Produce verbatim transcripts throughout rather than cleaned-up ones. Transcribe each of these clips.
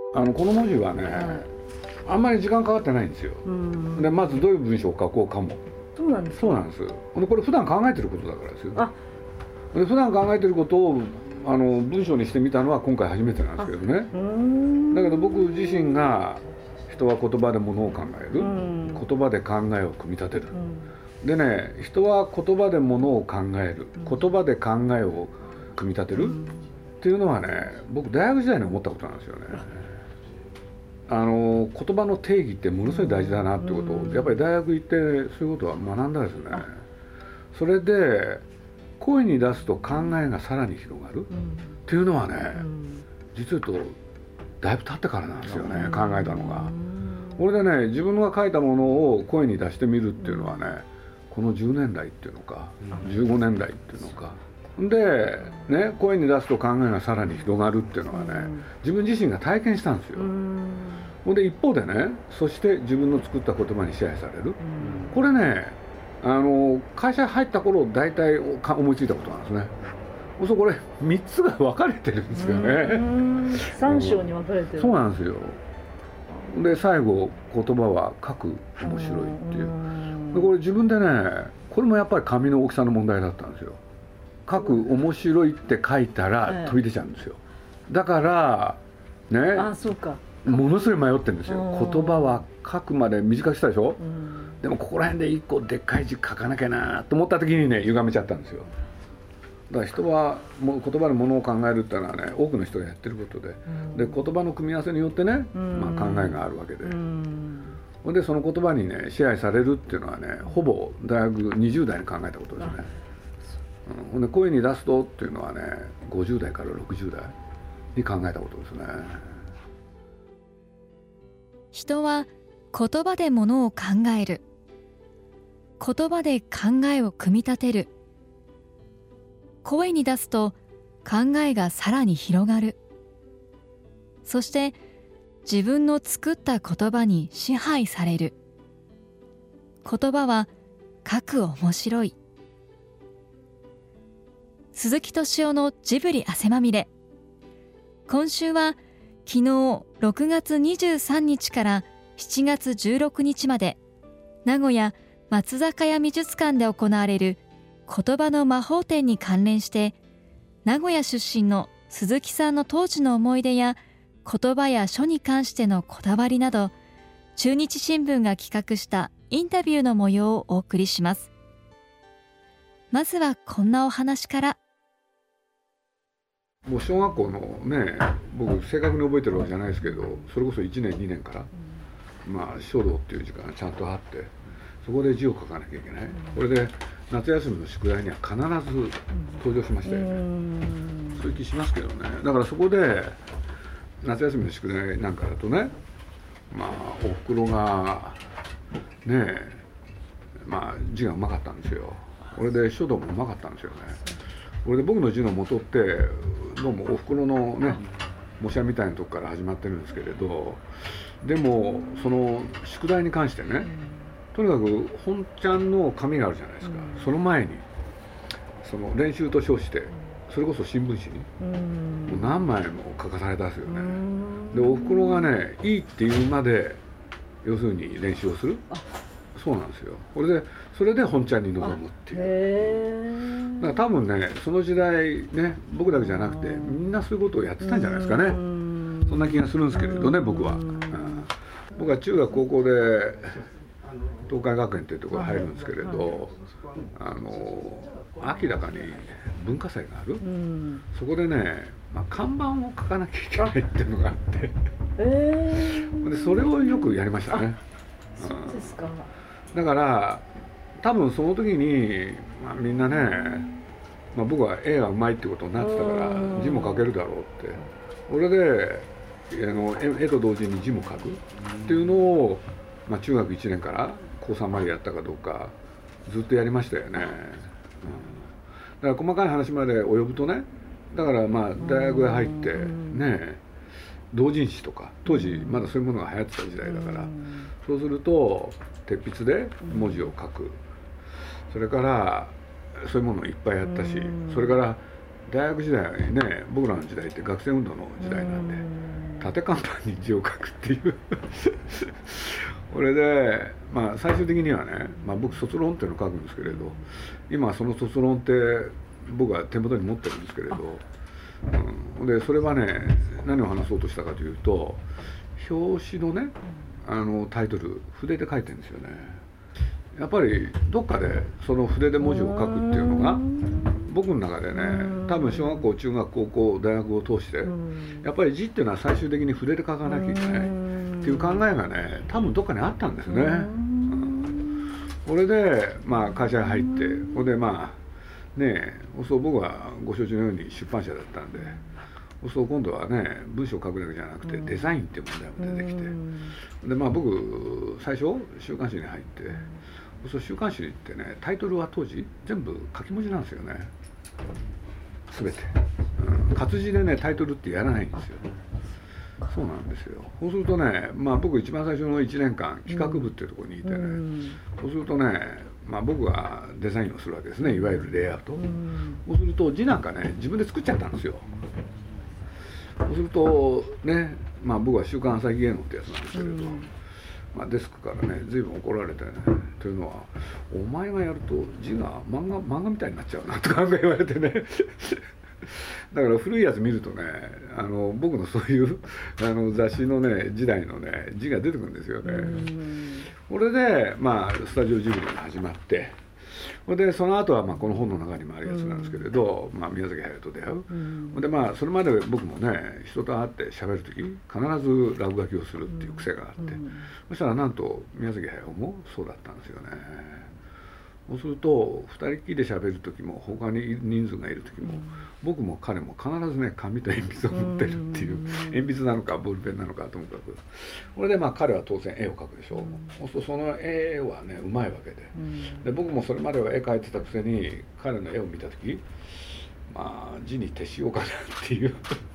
あのこの文字はね、はい、あんまり時間かかってないんですよ。でまずどういう文章を書こうかも。 そうなんですか。 そうなんです。でこれ普段考えてることだからですよ。あで普段考えてることをあの文章にしてみたのは今回初めてなんですけどね。だけど僕自身が人は言葉でものを考える、言葉で考えを組み立てる、でね人は言葉でものを考える、言葉で考えを組み立てるっていうのはね僕大学時代に思ったことなんですよね。あの言葉の定義ってものすごい大事だなってことをやっぱり大学行ってそういうことは学んだですね。それで声に出すと考えがさらに広がるっていうのはね、実は言うとだいぶ経ってからなんですよね、考えたのが。これでね自分が書いたものを声に出してみるっていうのはねこのじゅうねんだいっていうのかじゅうごねんだいっていうのかで、ね、声に出すと考えがさらに広がるっていうのはね自分自身が体験したんですよ。ほんで一方でねそして自分の作った言葉に支配される、これねあの会社入った頃大体思いついたことなんですね。そうこれみっつが分かれてるんですよね。 さん章に分かれてる。 そうなんですよ。で最後言葉は書く面白いっていう。でこれ自分でねこれもやっぱり紙の大きさの問題だったんですよ。書く面白いって書いたら飛び出ちゃうんですよ。だからねあそうかものすごい迷ってるんですよ。言葉は書くまで短くしたでしょ。でもここら辺で一個でっかい字書かなきゃなと思った時にね歪めちゃったんですよ。だから人はもう言葉でものを考えるっていうのはね多くの人がやってることで、で言葉の組み合わせによってね、まあ、考えがあるわけで、でその言葉にね支配されるっていうのはねほぼ大学にじゅう代に考えたことですね。うん、で声に出すとっていうのはねごじゅう代からろくじゅう代に考えたことですね。 人は言葉でものを考える、言葉で考えを組み立てる、声に出すと考えがさらに広がる、そして自分の作った言葉に支配される。言葉は書く面白い。鈴木敏夫のジブリ汗まみれ。今週は昨日ろくがつにじゅうさんにちからしちがつじゅうろくにちまで名古屋松坂屋美術館で行われる言葉の魔法展に関連して名古屋出身の鈴木さんの当時の思い出や言葉や書に関してのこだわりなど中日新聞が企画したインタビューの模様をお送りします。まずはこんなお話から。 もう小学校のね僕正確に覚えてるわけじゃないですけどそれこそいちねんにねんから、まあ書道っていう時間がちゃんとあってそこで字を書かなきゃいけない。これで夏休みの宿題には必ず登場しましたよね。そういう気しますけどね。だからそこで夏休みの宿題なんかだとねまあおふくろがねまあ字がうまかったんですよ。これで書道もうまかったんですよね。これで僕の字の元ってどうもおふくろのね模写みたいなとこから始まってるんですけれど、でもその宿題に関してねとにかく本ちゃんの紙があるじゃないですか。その前にその練習と称してそれこそ新聞紙にもう何枚も書かされたんですよね。でおふくろがねいいって言うまで要するに練習をする。そうなんですよ。これでそれで本ちゃんに臨むっていう。だから多分ねその時代ね僕だけじゃなくてみんなそういうことをやってたんじゃないですかね。そんな気がするんですけれどね僕は。うん、僕は中学高校で東海学園というところに入るんですけれど、あの秋だかに文化祭がある、うん、そこでね、まあ、看板を書かなきゃいけないっていうのがあってえー、でそれをよくやりましたね。 そうですか。 だから多分その時に、まあ、みんなね、まあ、僕は絵がうまいってことになってたから字も書けるだろうってこれであの 絵, 絵と同時に字も書くっていうのを、まあ、中学いちねんから高さんまでやったかどうかずっとやりましたよね。うん、だから細かい話まで及ぶとねだからまあ大学へ入ってね同人誌とか当時まだそういうものが流行ってた時代だからそうすると鉄筆で文字を書くそれからそういうものをいっぱいやったしそれから大学時代ね僕らの時代って学生運動の時代なんで縦看板に字を書くっていうこれで、まあ、最終的にはね、まあ、僕卒論っていうのを書くんですけれど、今その卒論って僕は手元に持ってるんですけれど、うん、でそれはね何を話そうとしたかというと、表紙のねあのタイトル筆で書いてるんですよね。やっぱりどっかでその筆で文字を書くっていうのが僕の中でね、多分小学校中学高校大学を通してやっぱり字っていうのは最終的に筆で書かなきゃいけないっていう考えがね多分どっかにあったんですね。うん、これでまあ会社に入って、これでまあねえ、そう僕はご承知のように出版社だったんで、そう今度はね文章を書くだけじゃなくてデザインっていう問題も出てきて、でまあ僕最初週刊誌に入って、そう週刊誌ってねタイトルは当時全部書き文字なんですよね、全て、うん、活字でねタイトルってやらないんですよ。そうなんですよ。そうするとね、まあ僕一番最初のいちねんかん企画部っていうところにいてね、うん、そうするとね、まあ僕がデザインをするわけですね、いわゆるレイアウト、うん、そうすると字なんかね自分で作っちゃったんですよ。そうするとね、まあ僕は週刊朝日芸能ってやつなんですけれど、うんまあ、デスクからね随分怒られてね、というのはお前がやると字が漫画漫画みたいになっちゃうなとか言われてねだから古いやつ見るとね、あの僕のそういうあの雑誌のね時代のね字が出てくるんですよね。これでまあスタジオジブリが始まって、でその後はまあこの本の中にもあるやつなんですけれど、まあ、宮崎駿と出会う、うん、でまあそれまで僕もね人と会って喋る時必ず落書きをするっていう癖があって、うん、そしたらなんと宮崎駿もそうだったんですよね。そうするとふたりっきりで喋る時も他に人数がいる時も、うん、僕も彼も必ずね紙と鉛筆を持ってるっていう、うん、鉛筆なのかボールペンなのかともかく、これでまあ彼は当然絵を描くでしょ、うん、そうするとその絵はねうまいわけで、うん、で僕もそれまでは絵描いてたくせに彼の絵を見た時、まあ字に徹しようかなっていう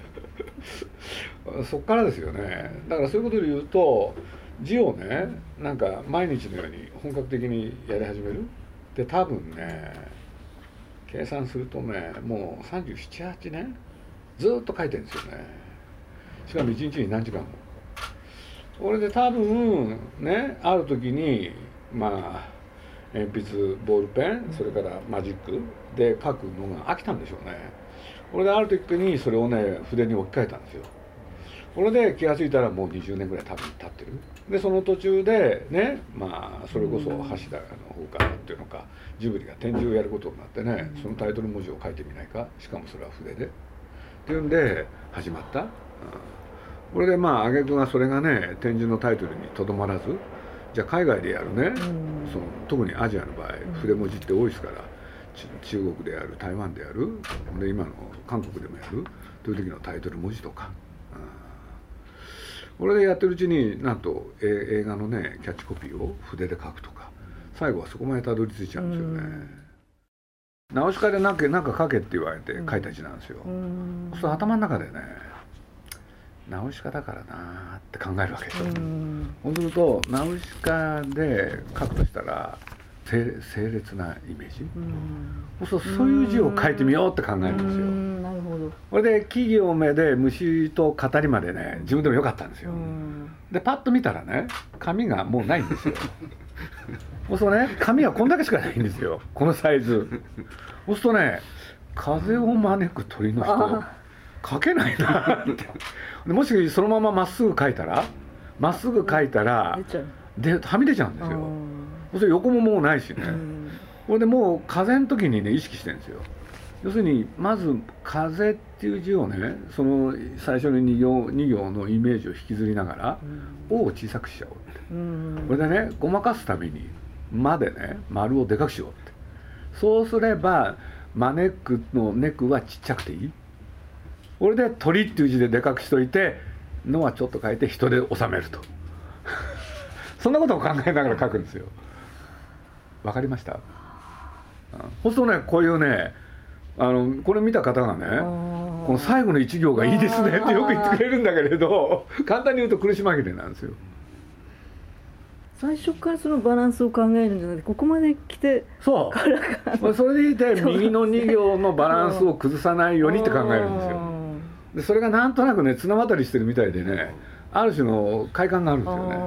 そっからですよね。だからそういうことで言うと字をねなんか毎日のように本格的にやり始めるで、多分ね計算するとねもうさんじゅうなな、はちねんずっと書いてるんですよね。しかもいちにちに何時間も。これで多分ねある時にまあ鉛筆ボールペンそれからマジックで書くのが飽きたんでしょうね。これである時にそれをね筆に置き換えたんですよ。これで気が付いたらもうにじゅうねんぐらい多分経ってる。でその途中でねまあそれこそ橋田の方からっていうのかジブリが展示をやることになってね、そのタイトル文字を書いてみないか、しかもそれは筆でっていうんで始まった、うん、これでまあ挙句がそれがね展示のタイトルにとどまらず、じゃあ海外でやるね、その特にアジアの場合筆文字って多いですから、中国でやる台湾でやるで今の韓国でもやるという時のタイトル文字とか、これでやってるうちになんと映画のねキャッチコピーを筆で書くとか、最後はそこまでたどり着いちゃうんですよね。直しかでなんかなんか書けって言われて書いた字なんですよ。そうすると頭の中でね直しかだからなって考えるわけですよ。そうすると直しかで書くとしたら清烈なイメージ、そうするとそういう字を書いてみようって考えるんですよ。 なるほど。 これで企業名で虫と語りまでね自分でもよかったんですよ。でパッと見たらね紙がもうないんですよ。そうするとね紙はこんだけしかないんですよ、このサイズ。そうするとね風を招く鳥の人書けないなってでもしそのまままっすぐ書いたらまっすぐ書いたらではみ出ちゃうんですよ。そうすると横ももうないしね、これでもう風の時にね意識してるんですよ。要するにまず風っていう字をねその最初のに行に行のイメージを引きずりながら「お」を小さくしちゃおうって、これでねごまかすために「ま」でね丸をでかくしようって、そうすれば「招く」の「ネク」はちっちゃくていい。これで「鳥」っていう字ででかくしといて「の」はちょっと書いて人で収めるとそんなことを考えながら書くんですよ。わかりました？そうするとねこういうねあのこれ見た方がねこの最後の一行がいいですねってよく言ってくれるんだけれど、簡単に言うと苦し紛れなんですよ。 最初からそのバランスを考えるんじゃなくてここまで来てそうそれでいて右のに行のバランスを崩さないようにって考えるんですよ。 でそれがなんとなくね綱渡りしてるみたいでね、ある種の快感があるんですよね。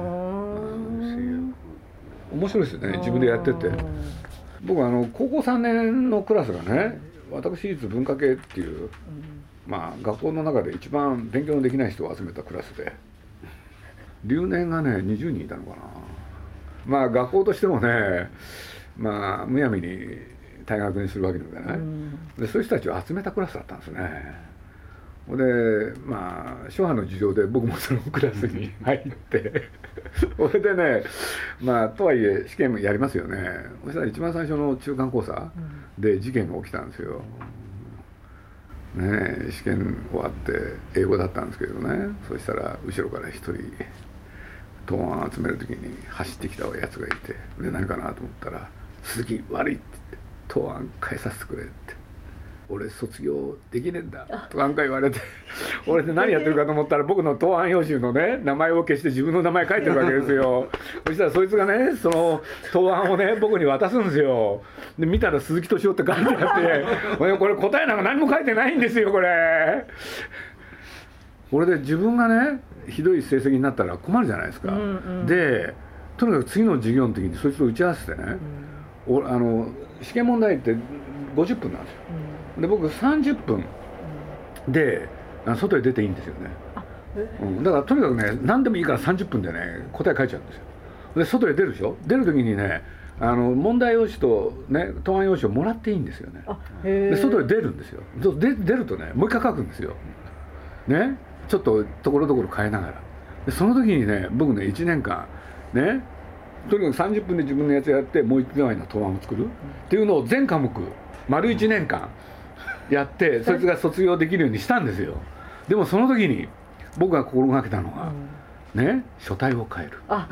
面白いですよね、自分でやってて。僕はあの高校さんねんのクラスがね、私立文化系っていう、まあ学校の中で一番勉強のできない人を集めたクラスで、留年がねにじゅうにんいたのかな。まあ学校としてもね、まあむやみに退学にするわけにもいかない、でそういう人たちを集めたクラスだったんですね。でまあ諸般の事情で僕もそのクラスに入ってそれでね、まあとはいえ試験もやりますよね。そしたら一番最初の中間考査で事件が起きたんですよ。ねえ、試験終わって英語だったんですけどね、そしたら後ろから一人答案集める時に走ってきたやつがいて、で何かなと思ったら「鈴木悪い」って言って「答案返させてくれ」って「俺卒業できねえんだ」とか言われて俺で何やってるかと思ったら僕の答案用紙のね名前を消して自分の名前書いてるわけですよ。そしたらそいつがねその答案をね僕に渡すんですよ。で見たら鈴木敏夫って書いてあってこれ答えなんか何も書いてないんですよこれ。これで自分がねひどい成績になったら困るじゃないですか、うんうん、でとにかく次の授業の時にそいつと打ち合わせてね、うん、あの試験問題ってごじゅっぷんなんですよ、うん、で僕さんじゅっぷんで外へ出ていいんですよね、うん、だからとにかくね何でもいいからさんじゅっぷんでね答え書いちゃうんですよ。で外へ出るでしょ、出る時にねあの問題用紙と、ね、答案用紙をもらっていいんですよね。で外へ出るんですよ。で出るとねもう一回書くんですよね、ちょっとところどころ変えながら。でその時にね僕ねいちねんかんねとにかくさんじゅっぷんで自分のやつやってもういちまいの答案を作るっていうのを全科目丸いちねんかんやってそいつが卒業できるようにしたんですよ。でもその時に僕が心がけたのが、うん、ね書体を変える。あ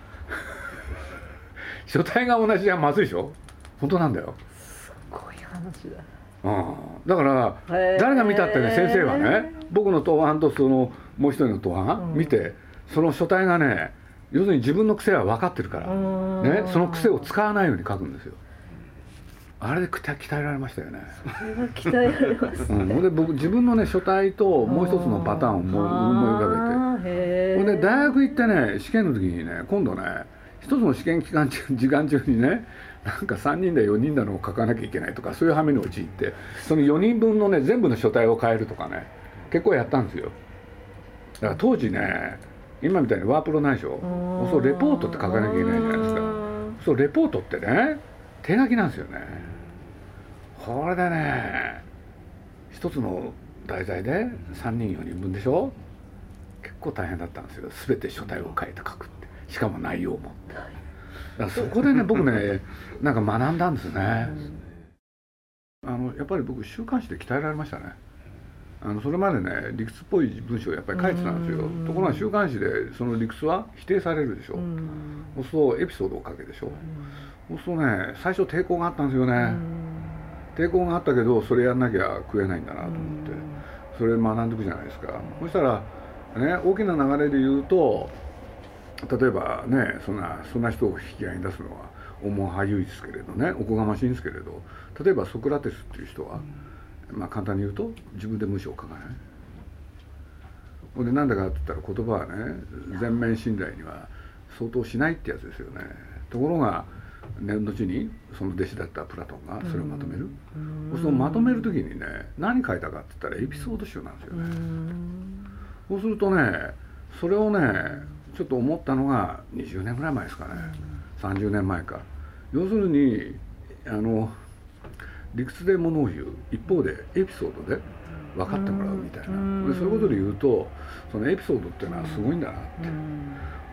書体が同じじゃまずいでしょ。本当なんだよ。 すごい話だ。 うん、だから誰が見たってね先生はね僕の答案とそのもう一人の答案、うん、見てその書体がね要するに自分の癖は分かってるから、ね、その癖を使わないように書くんですよ。あれで鍛えられましたよね。 それは鍛えられますね、 うん、で僕自分のね書体ともう一つのパターンを思い浮かべて、ほんで大学行ってね試験の時にね今度ね一つの試験期間中時間中にねなんかさんにんだよにんだのを書かなきゃいけないとかそういう羽目に陥ってそのよにんぶんのね全部の書体を変えるとかね結構やったんですよ。だから当時ね今みたいにワープロないでしょ。そうレポートって書かなきゃいけないじゃないですか。そうレポートってね手書きなんですよね。これでね一つの題材でさんにんよにんぶんでしょ。結構大変だったんですよ。全て書体を変えて書くって、しかも内容も。だからそこでね僕ねなんか学んだんですね。あのやっぱり僕週刊誌で鍛えられましたね。あのそれまでね理屈っぽい文章をやっぱり書いてたんですよ。ところが週刊誌でその理屈は否定されるでしょ。そうするとエピソードを書けでしょ。そうするとね最初抵抗があったんですよね。抵抗があったけどそれやんなきゃ食えないんだなと思ってそれ学んでいくじゃないですか。そしたらね大きな流れで言うと例えばねそんなそんな人を引き合いに出すのは重はゆいですけれどねおこがましいんですけれど、例えばソクラテスっていう人は、まあ簡単に言うと自分で文章を書かない。ほんでなんだかって言ったら言葉はね全面信頼には相当しないってやつですよね。ところがね、後にその弟子だったプラトンがそれをまとめる。そのまとめる時にね何書いたかって言ったらエピソード集なんですよね。そうするとねそれをねちょっと思ったのがにじゅうねんぐらい前ですかね、さんじゅうねんまえか。要するにあの理屈でものを言う一方でエピソードで分かってもらうみたいな。でそういうことで言うとそのエピソードっていうのはすごいんだなって。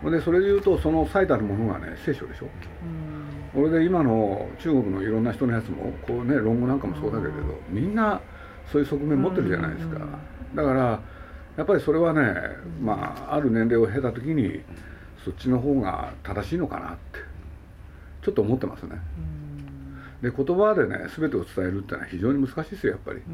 でそれで言うとその最たるものがね聖書でしょ。これで今の中国のいろんな人のやつもこうね論語なんかもそうだけれどみんなそういう側面持ってるじゃないですか。だからやっぱりそれはねまあある年齢を経た時にそっちの方が正しいのかなってちょっと思ってますね。で言葉でね全てを伝えるってのは非常に難しいですよやっぱり。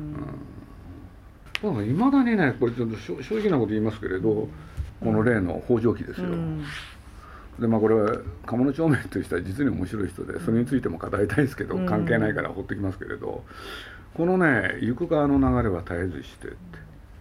いまだにねこれちょっと正直なこと言いますけれどこの例の北条記ですよ。でまあこれは鴨の帳面という人は実に面白い人でそれについても語りたいですけど関係ないから放ってきますけれど、このね行く川の流れは絶えずしてって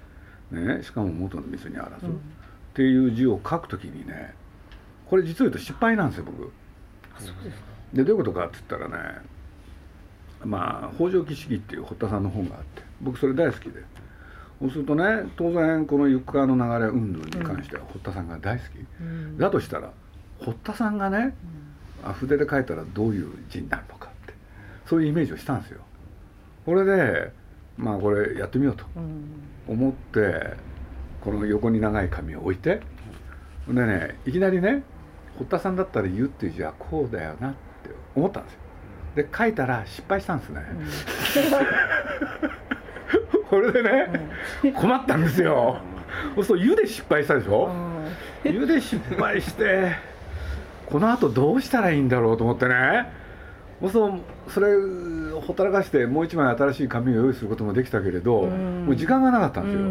ね、しかも元の水にあらず、うん、っていう字を書くときにね、これ実を言うと失敗なんですよ僕。 あ、そうですか。 でどういうことかって言ったらね、まあ北条記事記っていう堀田さんの本があって、僕それ大好きで、そうするとね、当然この行川の流れ運動に関しては堀田さんが大好き、うん、だとしたら堀田さんがね、うん、筆で書いたらどういう字になるのかって、そういうイメージをしたんですよ。これでまあこれやってみようと思って、この横に長い紙を置いて、でね、いきなりね、堀田さんだったら言うっていう字はこうだよなって思ったんですよ。で書いたら失敗したんですね、うん、これでね、うん、困ったんですよ。そうすると「湯」で失敗したでしょ。「湯」で失敗してこのあとどうしたらいいんだろうと思ってね、そうするとそれほったらかしてもう一枚新しい紙を用意することもできたけれど、うん、もう時間がなかったんですよ、うん、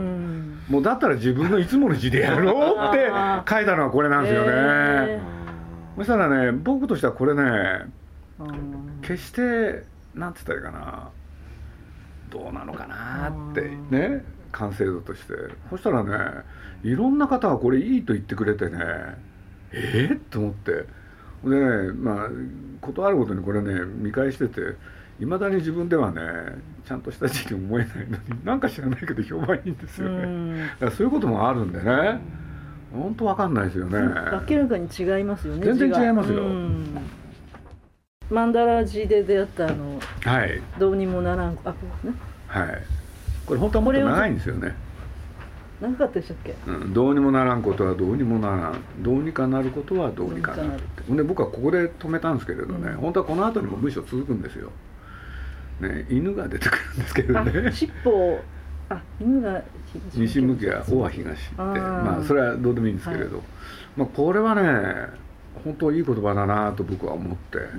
もうだったら自分のいつもの字でやろうって書いたのはこれなんですよね、えー、そしたらね、僕としてはこれね、決してなんて言ったらいいかな、どうなのかなってね、完成度として。そしたらね、いろんな方がこれいいと言ってくれてね、えっ、ー、と思って、でね、まあことあるごとにこれね見返してて、いまだに自分ではねちゃんとした字に思えないのに、なんか知らないけど評判いいんですよね。だからそういうこともあるんでね、本当わかんないですよね。 明らかに違いますよね。 全然違いますよ。 マンダラ字で出会ったあの、 はい、 どうにもならん、あ、ね、 はい、これ本当はもっと長いんですよね。 長かったでしたっけ、 うん、どうにもならんことはどうにもならん、どうにかなることはどうにかなるって。で僕はここで止めたんですけれどね、うん、本当はこの後にも文章続くんですよ、ね、犬が出てくるんですけれどね、 尻尾、あ、犬が西向きは尾は東って、まあそれはどうでもいいんですけれど、はい、まあこれはね本当いい言葉だなと僕は思って、うん、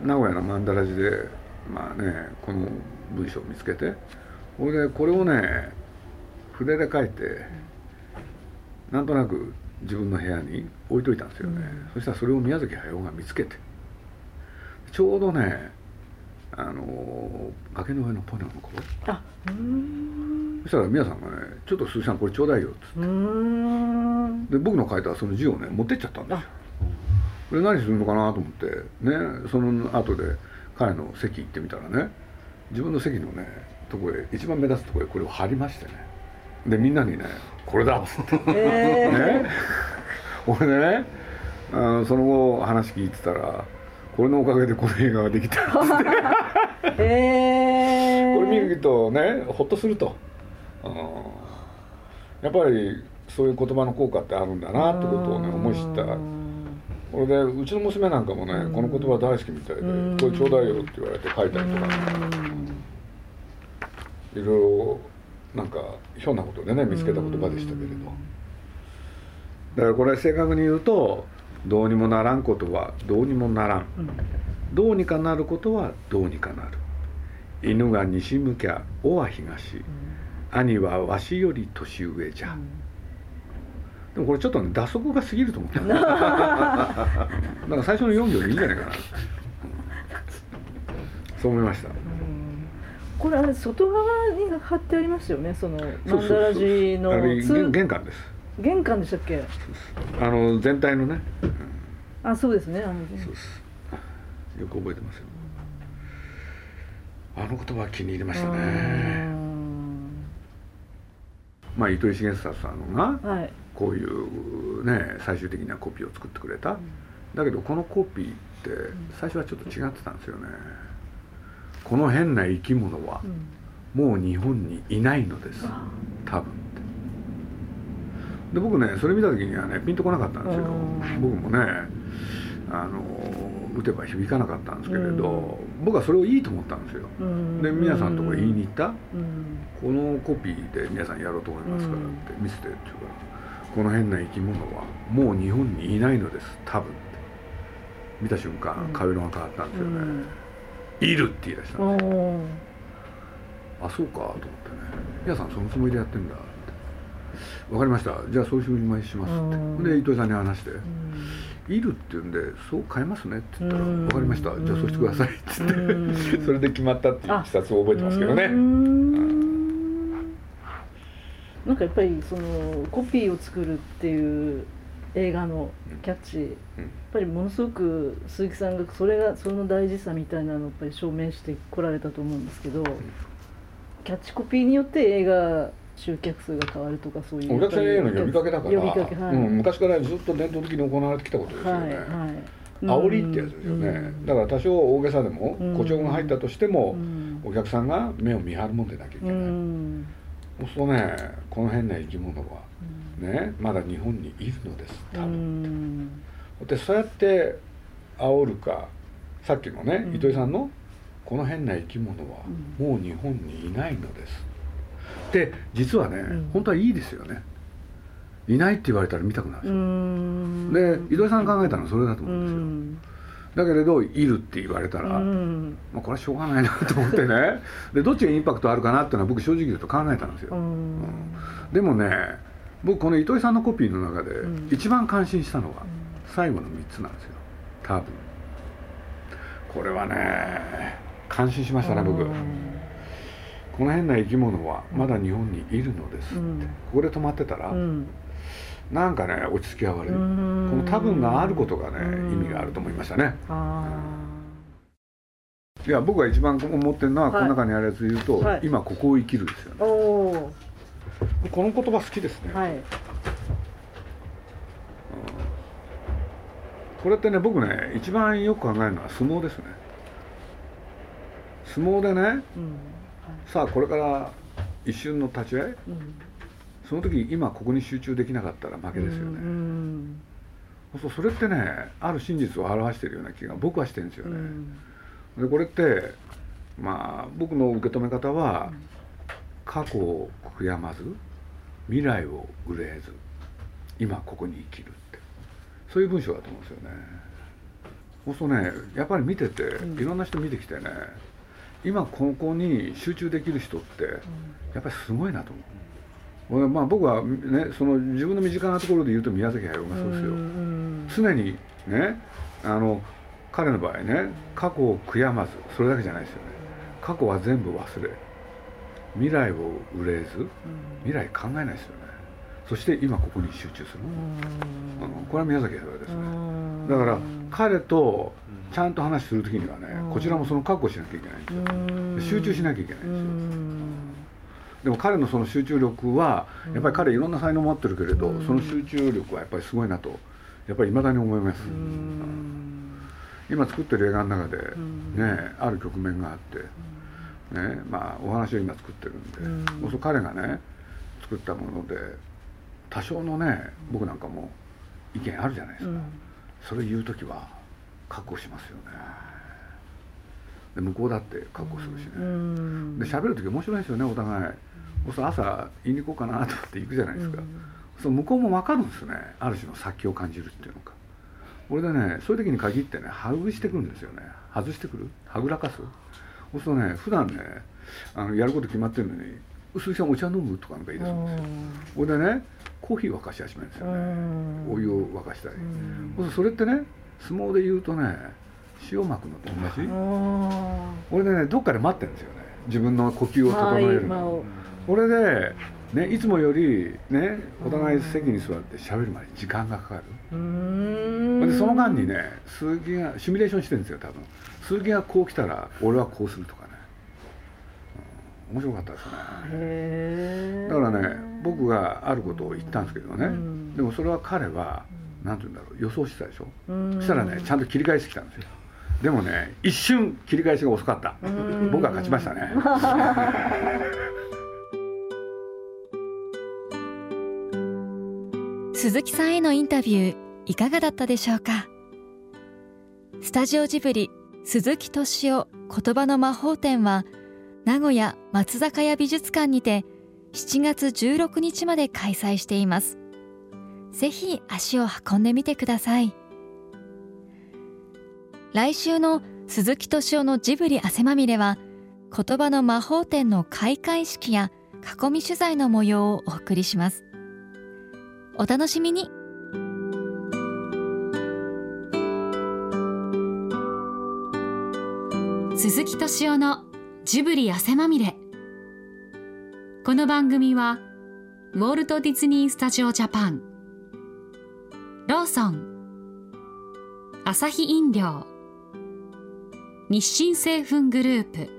名古屋のマンダラ字でまあねこの文章を見つけて、これでこれをね筆で書いてなんとなく自分の部屋に置いといたんですよね、うん、そしたらそれを宮崎駿が見つけて、ちょうどねあの崖の上のポニョの頃、あ、うーん、そしたら宮さんがね「ちょっと鈴木さんこれちょうだいよ」っつって、うーん、で僕の書いたその字をね持ってっちゃったんですよ。で何するのかなと思ってね、その後で彼の席行ってみたらね、自分の席のねとこへ一番目立つところへこれを貼りましてね、でみんなにね「これだ」っつって、えー、ね、俺ねあのその後話聞いてたら、これのおかげでこの映画ができたっつって、えー、これ見るとねほっとすると、うん、やっぱりそういう言葉の効果ってあるんだなってことをね思い知った。これでうちの娘なんかもね、うん、この言葉大好きみたいで、うん、これちょうだいよって言われて書いたりとか、いろいろなんかひょんなことでね見つけた言葉でしたけれど、だからこれ正確に言うと、どうにもならんことはどうにもならん、うん、どうにかなることはどうにかなる、犬が西向きゃ尾は東、うん、兄はわしより年上じゃ、うん、でもこれちょっとね打足が過ぎると思っただから最初のよん行でいいんじゃないかなそう思いました。 これあれ外側に貼ってありますよね、そのマンダラ字の。 あれ玄関です。 玄関でしたっけ。 あの全体のね、うん、 あ、そうですね、あのそうです、よく覚えてますよ。あの言葉は気に入りましたね。まあ糸井重里さんが、はい、こういうね最終的なコピーを作ってくれた、うん、だけどこのコピーって最初はちょっと違ってたんですよね。この変な生き物はもう日本にいないのです、多分って。で僕ねそれ見た時にはねピンとこなかったんですよ。僕もねあの打てば響かなかったんですけれど、僕はそれをいいと思ったんですよ。で皆さんのとこ言いに行った、このコピーで皆さんやろうと思いますからって見せてっていうから、この変な生き物はもう日本にいないのです多分って見た瞬間顔色が変わったんですよね。いるって言い出したんですよ。あ、そうかと思ってね、皆さんそのつもりでやってんだって、分かりました、じゃあそういうふうにお願いしますって、で糸井さんに話して「いる」って言うんで「そう変えますね」って言ったら「分かりました、じゃあそうしてください」って言ってそれで決まったっていういきさつを覚えてますけどね。 なんかやっぱりそのコピーを作るっていう映画のキャッチ、うん、やっぱりものすごく鈴木さんがそれがその大事さみたいなのをやっぱり証明してこられたと思うんですけど、うん、キャッチコピーによって映画集客数が変わるとか、そういうお客さんへの呼びかけだから、 呼びかけ、はい、 うん、昔からずっと伝統的に行われてきたことですよね、はいはい、煽りってやつですよね、うん、だから多少大げさでも、うん、誇張が入ったとしても、うん、お客さんが目を見張るもんでなきゃいけない、うん、そうするとね、この変な生き物は、うん、ね、まだ日本にいるのです多分、うん、でそうやって煽るか、さっきのね、うん、糸井さんのこの変な生き物はもう日本にいないのですで、実はね、うん、本当はいいですよね。いないって言われたら見たくなるんですよ。で、糸井さんが考えたのはそれだと思うんですよ。だけれど、いるって言われたら、まあ、これはしょうがないなと思ってねで、どっちがインパクトあるかなっていうのは僕正直言うと考えたんですよ。うん、でもね、僕この糸井さんのコピーの中で一番感心したのは最後のみっつなんですよ、多分。これはね、感心しましたね、僕。この変な生き物はまだ日本にいるのですって、うん、ここで止まってたら、うん、なんかね、落ち着きが悪い、この多分があることがね、意味があると思いましたね。いや、僕が一番思ってるのは、はい、この中にあるやつで言うと、はい、今ここを生きるですよね。この言葉好きですね、はい、うん、これってね、僕ね、一番よく考えるのは相撲ですね。相撲でね、うん、さあこれから一瞬の立ち合い、うん、その時今ここに集中できなかったら負けですよね、うんうん、そう、それってね、ある真実を表しているような気が僕はしてるんですよね、うん、でこれってまあ僕の受け止め方は、うん、過去を悔やまず未来を憂えず今ここに生きるって、そういう文章だと思うんですよね。そうするとね、やっぱり見てて、いろんな人見てきてね、今ここに集中できる人ってやっぱりすごいなと思う、うん、まあ、僕は、ね、その自分の身近なところで言うと宮崎駿がそうですよ、うん、常にね、あの彼の場合ね、過去を悔やまず、それだけじゃないですよね、過去は全部忘れ未来を憂えず、未来考えないですよね、そして今ここに集中する、うん、これは宮崎駿ですね。だから彼とちゃんと話するときにはね、こちらもその覚悟しなきゃいけないんですよ。集中しなきゃいけないんですよ。でも彼のその集中力はやっぱり彼いろんな才能持ってるけれど、その集中力はやっぱりすごいなとやっぱり未だに思います。今作ってる映画の中でね、ある局面があってね、まあお話を今作ってるんで、そうすると彼がね作ったもので多少のね、僕なんかも意見あるじゃないですか。それ言うときは覚悟しますよね。で向こうだって覚悟するしね、うん、で喋る時面白いですよね、お互い。そう朝言いに行こうかなと思って行くじゃないですか、うん、そう向こうも分かるんですよね、ある種の殺気を感じるっていうのか。俺でね、そういう時に限ってね、外してくるんですよね。外してくる、はぐらかす。そうするとね、普段ね、あのやること決まってるのに「鈴木さんお茶飲む?」とかなんか言い出すんですよ。それでね、コーヒー沸かし始めるんですよね、お湯を沸かしたり。そ, それってね、相撲で言うとね、塩まくのと同じ。俺でね、どっかで待ってるんですよね、自分の呼吸を整えるの。これで、ね、いつもよりね、お互い席に座って喋るまで時間がかかる。でその間にね、鈴木がシミュレーションしてるんですよ、多分。鈴木がこう来たら俺はこうするとかね、うん、面白かったですね。へだからね、僕があることを言ったんですけどね、うん、でもそれは彼は何て言うんだろう、予想してたでしょ。そしたらね、ちゃんと切り返してきたんですよ。でもね、一瞬切り返しが遅かった。僕は勝ちましたね。 鈴木さんへのインタビューいかがだったでしょうか。スタジオジブリ鈴木敏夫言葉の魔法展は名古屋松坂屋美術館にてしちがつじゅうろくにちまで開催しています。ぜひ足を運んでみてください。来週の鈴木敏夫のジブリ汗まみれは、言葉の魔法展の開会式や囲み取材の模様をお送りします。お楽しみに。鈴木敏夫のジブリ汗まみれ。この番組はウォルト・ディズニー・スタジオ・ジャパン、ローソン、アサヒ飲料、日清製粉グループ、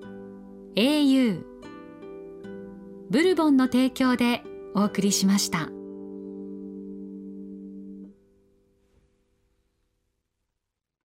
エーユー、ブルボンの提供でお送りしました。